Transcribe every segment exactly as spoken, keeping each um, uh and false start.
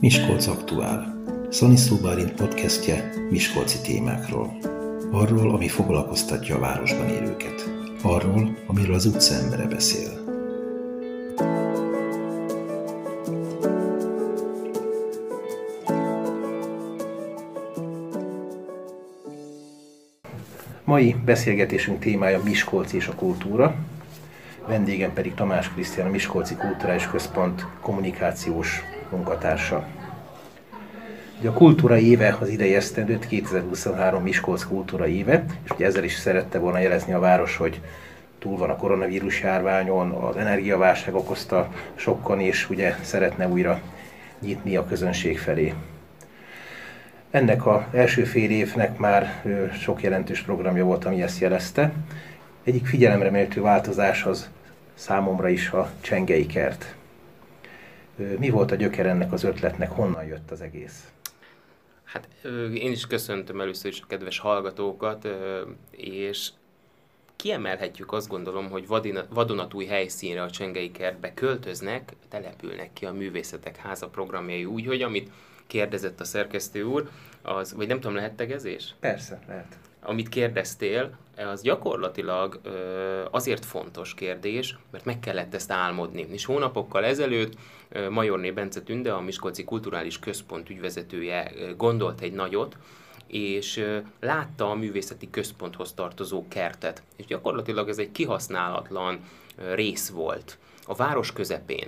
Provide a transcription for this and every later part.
Miskolc aktuál. Szaniszló Bálint podcastje miskolci témákról. Arról, ami foglalkoztatja a városban élőket. Arról, amiről az utca embere beszél. Mai beszélgetésünk témája Miskolc és a kultúra. Vendégem pedig Tamás Krisztián, a Miskolci Kulturális Központ kommunikációs munkatársa. Ugye a kultúra éve az idei esztendőt, kétezer-huszonhárom Miskolc kultúra éve, és ugye ezzel is szerette volna jelezni a város, hogy túl van a koronavírus járványon, az energiaválság okozta sokkon, és ugye szeretne újra nyitni a közönség felé. Ennek az első fél évnek már sok jelentős programja volt, ami ezt jelezte. Egyik figyelemre méltó változás az számomra is a Csengei Kert. Mi volt a gyöker ennek az ötletnek, honnan jött az egész? Hát én is köszöntöm először is a kedves hallgatókat, és kiemelhetjük, azt gondolom, hogy vadonatúj helyszínre, a Csengei Kertbe költöznek, települnek ki a Művészetek Háza programjai úgy, hogy amit kérdezett a szerkesztő úr, az, vagy nem tudom, lehet tegezés? Persze, lehet. Amit kérdeztél, az gyakorlatilag azért fontos kérdés, mert meg kellett ezt álmodni. És hónapokkal ezelőtt Majorné Bence Tünde, a Miskolci Kulturális Központ ügyvezetője gondolt egy nagyot, és látta a művészeti központhoz tartozó kertet. És gyakorlatilag ez egy kihasználatlan rész volt a város közepén.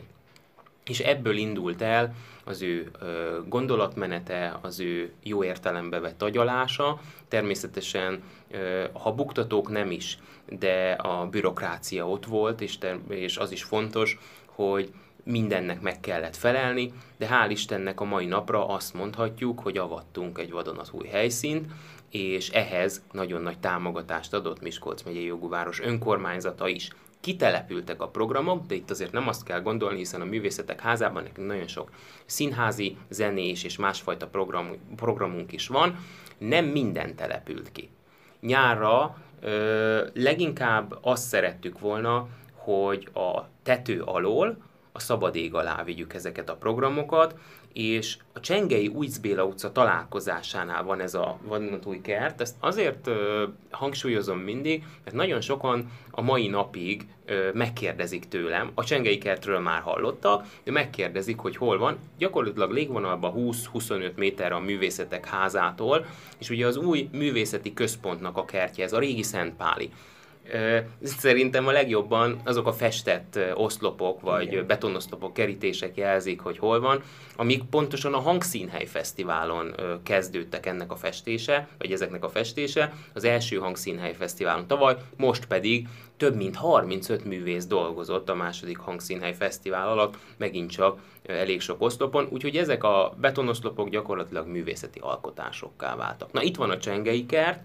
És ebből indult el az ő gondolatmenete, az ő jó értelembe vett agyalása. Természetesen, ha buktatók nem is, de a bürokrácia ott volt, és, és az is fontos, hogy mindennek meg kellett felelni, de hál' Istennek a mai napra azt mondhatjuk, hogy avattunk egy vadonatúj helyszínt, és ehhez nagyon nagy támogatást adott Miskolc megyei jogú város önkormányzata is. Kitelepültek a programok, de itt azért nem azt kell gondolni, hiszen a Művészetek Házában nekünk nagyon sok színházi, zenés és másfajta program, programunk is van, nem minden települt ki. Nyárra ö, leginkább azt szerettük volna, hogy a tető alól, a szabad ég alá vigyük ezeket a programokat, és a Csengei Újc Béla utca találkozásánál van ez a vadonatúj kert. Ezt azért ö, hangsúlyozom mindig, mert nagyon sokan a mai napig ö, megkérdezik tőlem, a Csengei Kertről már hallottak, de megkérdezik, hogy hol van. Gyakorlatilag légvonalban húsz-huszonöt méterre a Művészetek Házától, és ugye az új művészeti központnak a kertje, ez a régi Szentpáli. Szerintem a legjobban azok a festett oszlopok, vagy igen, betonoszlopok, kerítések jelzik, hogy hol van, amik pontosan a Hangszínhely Fesztiválon kezdődtek ennek a festése, vagy ezeknek a festése, az első Hangszínhely Fesztiválon tavaly, most pedig több mint harmincöt művész dolgozott a második Hangszínhely Fesztivál alatt, megint csak elég sok oszlopon, úgyhogy ezek a betonoszlopok gyakorlatilag művészeti alkotásokká váltak. Na, itt van a Csengei Kert,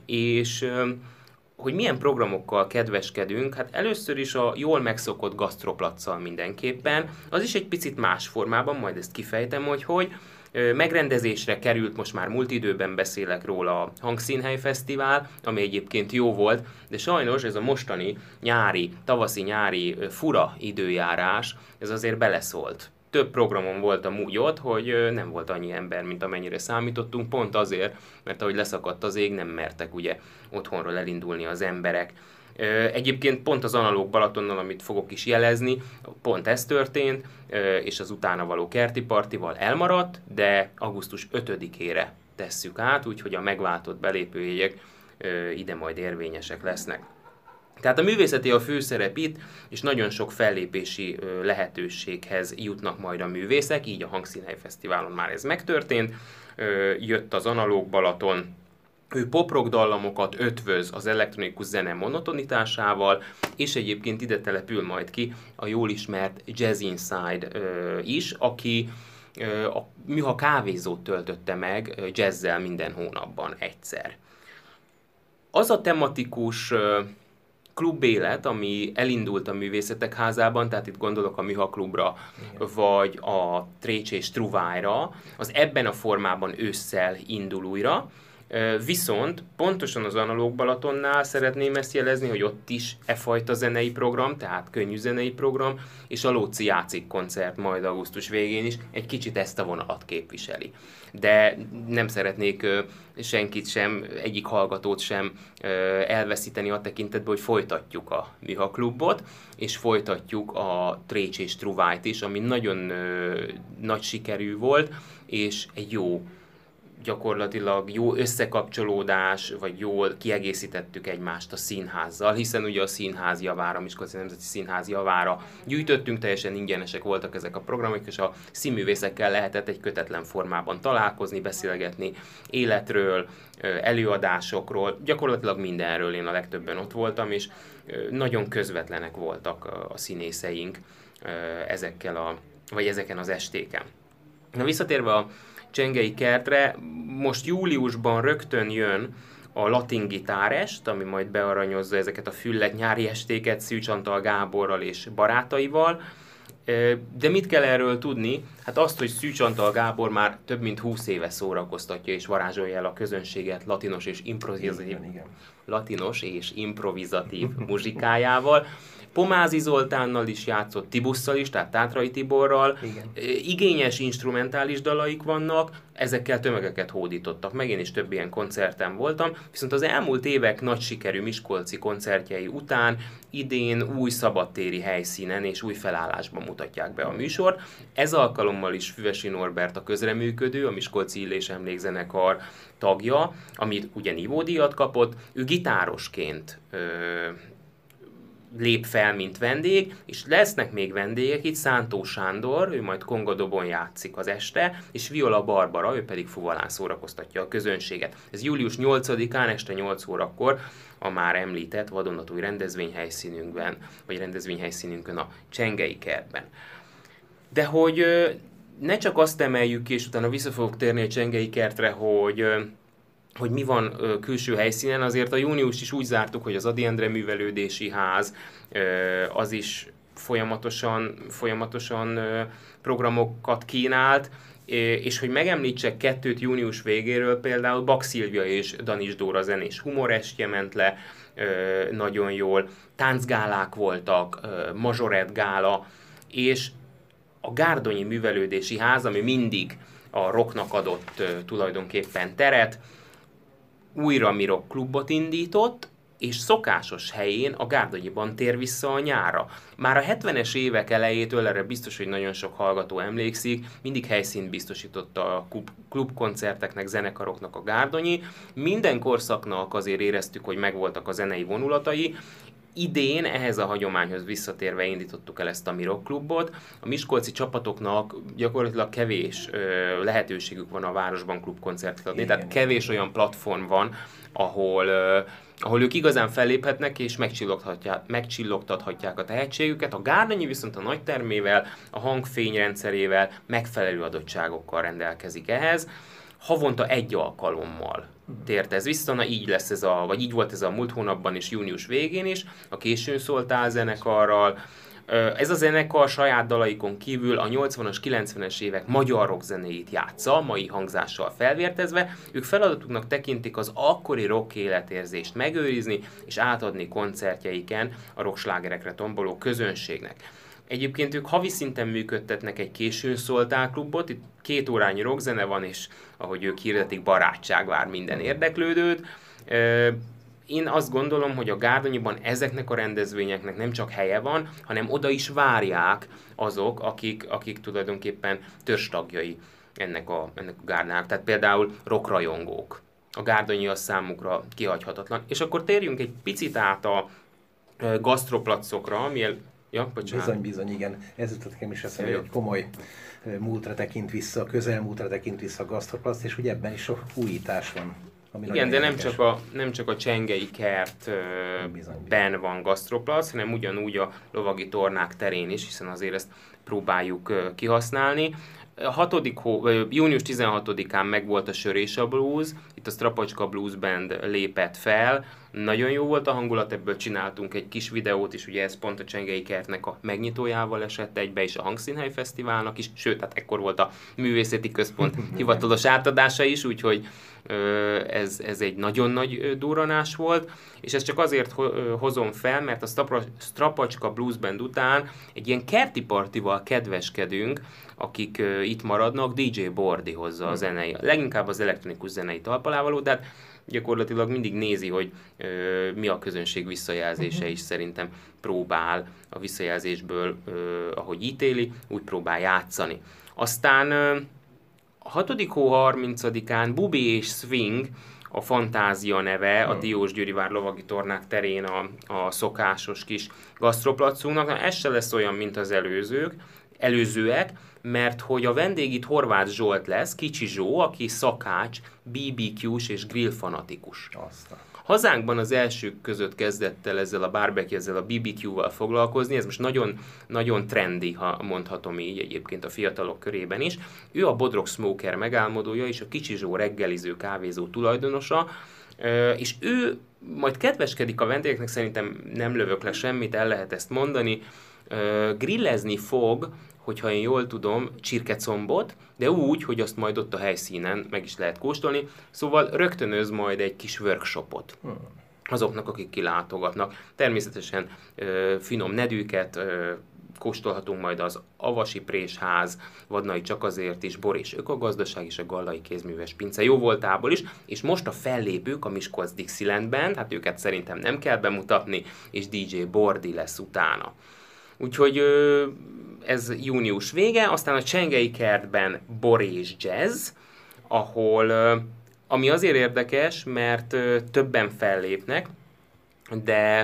és hogy milyen programokkal kedveskedünk, hát először is a jól megszokott gasztroplacccal mindenképpen, az is egy picit más formában, majd ezt kifejtem, hogy hogy. Megrendezésre került, most már múlt időben beszélek róla, a Hangszínhely Fesztivál, ami egyébként jó volt, de sajnos ez a mostani nyári, tavaszi-nyári fura időjárás, ez azért beleszólt. Több programon volt amúgy ott, hogy nem volt annyi ember, mint amennyire számítottunk, pont azért, mert ahogy leszakadt az ég, nem mertek ugye otthonról elindulni az emberek. Egyébként pont az Analóg Balatonnal, amit fogok is jelezni, pont ez történt, és az utána való kerti partival elmaradt, de augusztus ötödikére tesszük át, úgyhogy a megváltott belépőjegyek ide majd érvényesek lesznek. Tehát a művészeti a főszerep itt, és nagyon sok fellépési lehetőséghez jutnak majd a művészek, így a Hangszínhely Fesztiválon már ez megtörtént, jött az Analóg Balaton, ő pop-rock dallamokat ötvöz az elektronikus zene monotonitásával, és egyébként ide települ majd ki a jól ismert Jazz Inside is, aki a Műha kávézót töltötte meg jazzzel minden hónapban egyszer. Az a tematikus klubélet, ami elindult a Művészetek Házában, tehát itt gondolok a Műha Klubra, igen, vagy a Trécs és Truvájra, az ebben a formában ősszel indul újra. Viszont pontosan az Analóg Balatonnál szeretném ezt jelezni, hogy ott is e fajta zenei program, tehát könnyű zenei program, és a Lóci játszik koncert majd augusztus végén is egy kicsit ezt a vonalat képviseli. De nem szeretnék senkit sem, egyik hallgatót sem elveszíteni a tekintetben, hogy folytatjuk a Műha Klubot, és folytatjuk a Trécs és Truvájt is, ami nagyon nagy sikerű volt, és egy jó, gyakorlatilag jó összekapcsolódás, vagy jól kiegészítettük egymást a színházzal, hiszen ugye a színház javára, a Miskolci Nemzeti Színház javára gyűjtöttünk, teljesen ingyenesek voltak ezek a programok, és a színművészekkel lehetett egy kötetlen formában találkozni, beszélgetni életről, előadásokról, gyakorlatilag mindenről. Én a legtöbben ott voltam, és nagyon közvetlenek voltak a színészeink ezekkel a, vagy ezeken az estéken. Na, visszatérve a Csengei Kertre, most júliusban rögtön jön a Latin Gitárest, ami majd bearanyozza ezeket a füllet nyári estéket Szűcs Antal Gáborral és barátaival. De mit kell erről tudni? Hát azt, hogy Szűcs Antal Gábor már több mint húsz éve szórakoztatja és varázsolja el a közönséget latinos és improvizatív, igen, igen. latinos és improvizatív muzsikájával. Pomázi Zoltánnal is játszott, Tibusszal is, tehát Tátrai Tiborral. Igen. Igényes instrumentális dalaik vannak, ezekkel tömegeket hódítottak meg, én is több ilyen koncerten voltam, viszont az elmúlt évek nagy sikerű miskolci koncertjei után idén új szabadtéri helyszínen és új felállásban mutatják be a műsort. Ez alkalommal is Füvesi Norbert a közreműködő, a Miskolci Illés Emlékzenekar tagja, amit ugye nívódíjat kapott, ő gitárosként ö, lép fel, mint vendég, és lesznek még vendégek itt, Szántó Sándor, ő majd kongadobon játszik az este, és Viola Barbara, ő pedig fuvalán szórakoztatja a közönséget. Ez július nyolcadikán este nyolc órakor a már említett vadonatúj rendezvényhelyszínünkben, vagy rendezvényhelyszínünkön a Csengei Kertben. De hogy ne csak azt emeljük ki, és utána vissza fogok térni a Csengei Kertre, hogy hogy mi van ö, külső helyszínen, azért a júniust is úgy zártuk, hogy az Ady Endre Művelődési Ház ö, az is folyamatosan, folyamatosan ö, programokat kínált, és hogy megemlítsek kettőt június végéről, például Bak Szilvia és Danis Dóra zenés humorestje ment le ö, nagyon jól, táncgálák voltak, ö, mazsorett gála, és a Gárdonyi Művelődési Ház, ami mindig a rocknak adott ö, tulajdonképpen teret, újra Mi Rock klubot indított, és szokásos helyén a Gárdonyiban tér vissza a nyára. Már a hetvenes évek elejétől, erre biztos, hogy nagyon sok hallgató emlékszik, mindig helyszínt biztosította a klub, klubkoncerteknek, zenekaroknak a Gárdonyi. Minden korszaknak azért éreztük, hogy megvoltak a zenei vonulatai. Idén ehhez a hagyományhoz visszatérve indítottuk el ezt a Mi Rock klubot. A miskolci csapatoknak gyakorlatilag kevés ö, lehetőségük van a városban klubkoncertet adni, igen, tehát kevés olyan platform van, ahol, ö, ahol ők igazán felléphetnek és megcsillogtathatják, megcsillogtathatják a tehetségüket. A Gárdonyi viszont a nagy termével, a hangfényrendszerével, megfelelő adottságokkal rendelkezik ehhez. Havonta egy alkalommal tért ez vissza, na így lesz ez a, vagy így volt ez a múlt hónapban és június végén is, a Későn Szóltál zenekarral. Ez a zenekar saját dalaikon kívül a nyolcvanas, kilencvenes évek magyar rock zenéit játsza, mai hangzással felvértezve. Ők feladatuknak tekintik az akkori rock életérzést megőrizni és átadni koncertjeiken a rockslágerekre tomboló közönségnek. Egyébként ők havi szinten működtetnek egy Későn Szóltál klubot, itt két órányi rockzene van, és ahogy ők hirdetik, barátság vár minden érdeklődőt. Én azt gondolom, hogy a Gárdonyiban ezeknek a rendezvényeknek nem csak helye van, hanem oda is várják azok, akik, akik tulajdonképpen törzstagjai ennek a, ennek a Gárdának. Tehát például rockrajongók. A Gárdonyi az számukra kihagyhatatlan. És akkor térjünk egy picit át a gasztroplacokra, miel... Ja, bizony, bizony, igen. Ez jutott nekem is eszembe, hogy komoly múltra tekint vissza, közelmúltra tekint vissza a gasztroplac, és ugye ebben is sok újítás van. Ami igen, de nem csak, a, nem csak a Csengei Kertben van gasztroplac, hanem ugyanúgy a lovagi tornák terén is, hiszen azért ezt próbáljuk kihasználni. hatodik hó, június tizenhatodikán megvolt a Sör és a Blues, itt a Strapacska Blues Band lépett fel, nagyon jó volt a hangulat, ebből csináltunk egy kis videót is, ugye ez pont a Csengei Kertnek a megnyitójával esett egybe, és a Hangszínhely Fesztiválnak is, sőt, hát ekkor volt a Művészeti Központ hivatalos átadása is, úgyhogy ez, ez egy nagyon nagy durranás volt, és ezt csak azért hozom fel, mert a Strapacska Blues Band után egy ilyen kerti partival kedveskedünk, akik itt maradnak, dé dzsé Bordi hozza a zenei, leginkább az elektronikus zenei talpalávaló, de hát gyakorlatilag mindig nézi, hogy ö, mi a közönség visszajelzése, uh-huh. is szerintem próbál a visszajelzésből, ö, ahogy ítéli, úgy próbál játszani. Aztán ö, a hatodik hó harmincadikán Bubi és Swing, a Fantázia neve, a Diósgyőri-vár lovagi tornák terén a, a szokásos kis gasztroplacunknak. Na, ez se lesz olyan, mint az előzők, előzőek, mert hogy a vendég itt Horváth Zsolt lesz, Kicsi Zsó, aki szakács, bé bé kús és grill fanatikus. Aztán. Hazánkban az elsők között kezdett el ezzel a barbecue, ezzel a bé bé kúval foglalkozni, ez most nagyon, nagyon trendi, ha mondhatom így egyébként a fiatalok körében is. Ő a Bodrog Smoker megálmodója és a Kicsi Zsó reggeliző kávézó tulajdonosa, és ő majd kedveskedik a vendégeknek, szerintem nem lövök le semmit, el lehet ezt mondani, grillezni fog, hogyha én jól tudom, csirkecombot, de úgy, hogy azt majd ott a helyszínen meg is lehet kóstolni, szóval rögtönöz majd egy kis workshopot azoknak, akik kilátogatnak. Természetesen ö, finom nedűket ö, kóstolhatunk majd az Avasi Présház, Vadnai Csak azért is, Bor és Ökogazdaság és a Gallai Kézműves Pince jó voltából is, és most a fellépők a Miskolc Dixieland Band, hát őket szerintem nem kell bemutatni, és dé dzsé Bordi lesz utána. Úgyhogy ez június vége, aztán a Csengei Kertben Bor és Jazz, ahol, ami azért érdekes, mert többen fellépnek, de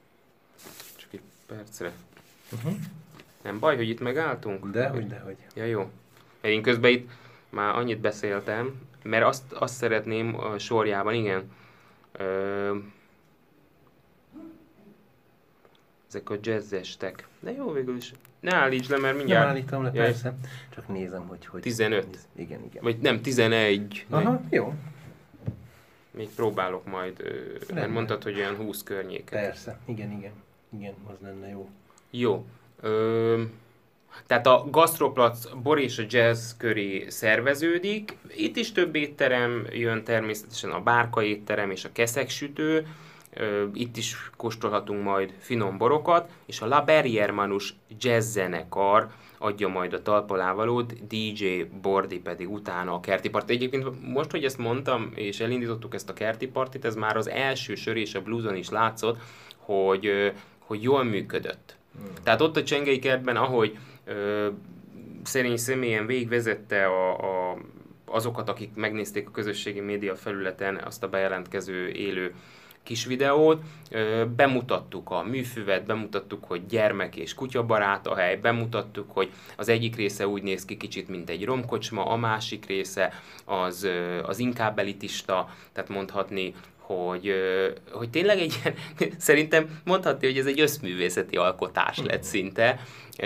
csak egy percre. Uh-huh. Nem baj, hogy itt megálltunk? Dehogy, dehogy. Ja, jó. Én közben itt már annyit beszéltem, mert azt, azt szeretném a sorjában, igen, ö, ezek a jazzestek. De jó, végül is. Ne állíts le, mert mindjárt... Nem állítom le, Jaj. persze. Csak nézem, hogy... hogy tizenöt. Igen, igen. Vagy nem, tizenegy. Aha, jó. Még próbálok majd, mert Nem. mondtad, hogy olyan húsz környéket. Persze, igen, igen. Igen, az lenne jó. Jó. Ö, tehát a Gastroplac Bor és a Jazz köré szerveződik. Itt is több étterem jön, természetesen a Bárka étterem és a Keszeksütő. Itt is kóstolhatunk majd finom borokat, és a La Berriermanus Jazz zenekar adja majd a talpalávalót, dé dzsé Bordi pedig utána a kerti parti. Egyébként most, hogy ezt mondtam, és elindítottuk ezt a kerti partit, ez már az első sör és a blueson is látszott, hogy, hogy jól működött. Hmm. Tehát ott a Csengei Kertben, ahogy ö, szerény személyen végigvezette a, a, azokat, akik megnézték a közösségi média felületen azt a bejelentkező élő kis videót, bemutattuk a műfüvet, bemutattuk, hogy gyermek és kutyabarát a hely, bemutattuk, hogy az egyik része úgy néz ki kicsit, mint egy romkocsma, a másik része az, az inkább elitista, tehát mondhatni, hogy, hogy tényleg egy ilyen, szerintem mondhatni, hogy ez egy összművészeti alkotás lett szinte.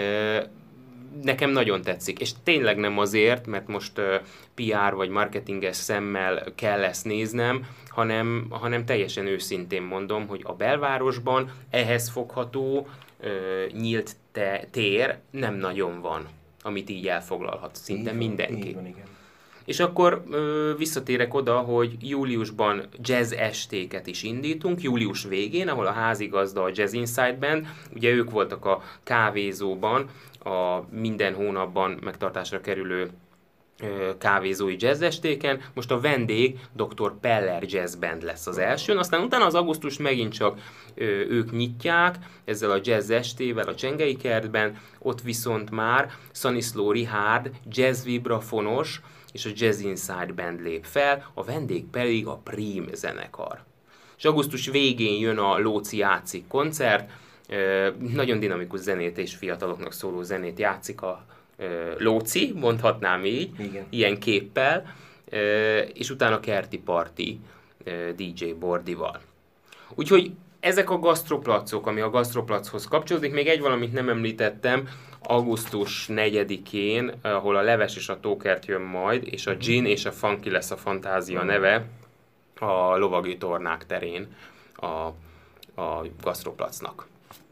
Nekem nagyon tetszik, és tényleg nem azért, mert most pé er vagy marketinges szemmel kell ezt néznem, hanem, hanem teljesen őszintén mondom, hogy a belvárosban ehhez fogható nyílt te- tér nem nagyon van, amit így elfoglalhat szinte így mindenki. Így van, igen. És akkor ö, visszatérek oda, hogy júliusban jazz estéket is indítunk, július végén, ahol a házigazda a Jazz Inside Band, ugye ők voltak a kávézóban, a minden hónapban megtartásra kerülő ö, kávézói jazzestéken. Most a vendég doktor Peller Jazz Band lesz az elsőn, aztán utána az augusztus megint csak ö, ők nyitják ezzel a jazz estével a Csengei Kertben, ott viszont már Szaniszló Richárd jazz vibrafonos és a Jazz Inside Band lép fel, a vendég pedig a Prím zenekar. És augusztus végén jön a Lóci játszik koncert, nagyon dinamikus zenét és fiataloknak szóló zenét játszik a Lóci, mondhatnám így, igen. Ilyen képpel, és utána kerti parti dé dzsé Bordival. Úgyhogy ezek a gasztroplacok, ami a gasztroplachoz kapcsolódik, még egy valamit nem említettem, augusztus negyedikén, ahol a Leves és a Tókert jön majd, és a Gin és a Funky lesz a Fantázia neve, a lovagi tornák terén a, a gasztroplacnak.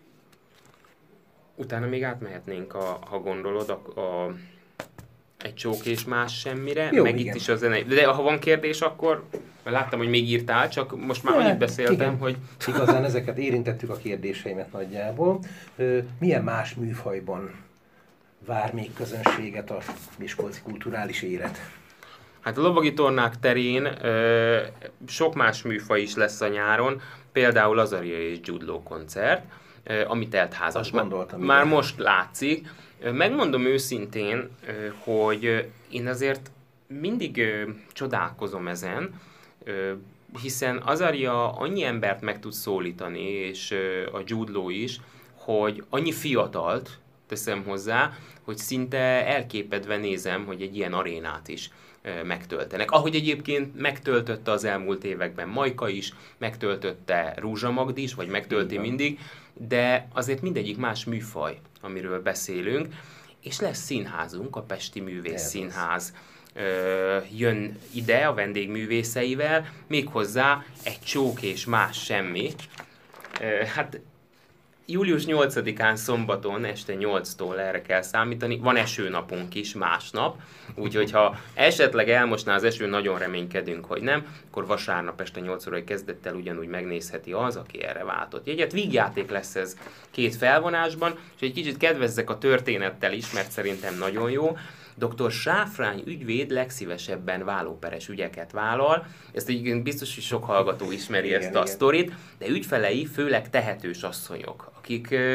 Utána még átmehetnénk, a, ha gondolod, a, a, egy csók és más semmire, Jó, meg igen. itt is a zene. De ha van kérdés, akkor láttam, hogy még írtál, csak most már annyit beszéltem, igen. hogy... Igazán ezeket érintettük a kérdéseimet nagyjából. Milyen más műfajban vár még közönséget a miskolci kulturális élet? Hát a lovagi tornák terén ö, sok más műfaj is lesz a nyáron, például Azaria és Judló koncert, ö, ami teltházas. Gondoltam, Már igen. most látszik. Megmondom őszintén, ö, hogy én azért mindig ö, csodálkozom ezen, ö, hiszen Azaria annyi embert meg tud szólítani, és ö, a Judló is, hogy annyi fiatalt teszem hozzá, hogy szinte elképedve nézem, hogy egy ilyen arénát is megtöltenek. Ahogy egyébként megtöltötte az elmúlt években Majka is, megtöltötte Rózsa Magdi is, vagy megtölti Igen. mindig, de azért mindegyik más műfaj, amiről beszélünk, és lesz színházunk, a Pesti Művész Ez Színház ö, jön ide a vendégművészeivel, méghozzá egy csók és más semmi. Ö, hát július nyolcadikán szombaton este nyolctól erre kell számítani, van esőnapunk is másnap, úgyhogy ha esetleg elmosná az eső, nagyon reménykedünk, hogy nem, akkor vasárnap este nyolc órai kezdettel ugyanúgy megnézheti az, aki erre váltott jegyet. Vígjáték lesz ez két felvonásban, és egy kicsit kedvezzek a történettel is, mert szerintem nagyon jó. doktor Sáfrány ügyvéd legszívesebben vállóperes ügyeket vállal. Ezt egyébként biztos, hogy sok hallgató ismeri Igen, ezt a igen. sztorit, de ügyfelei főleg tehetős asszonyok, akik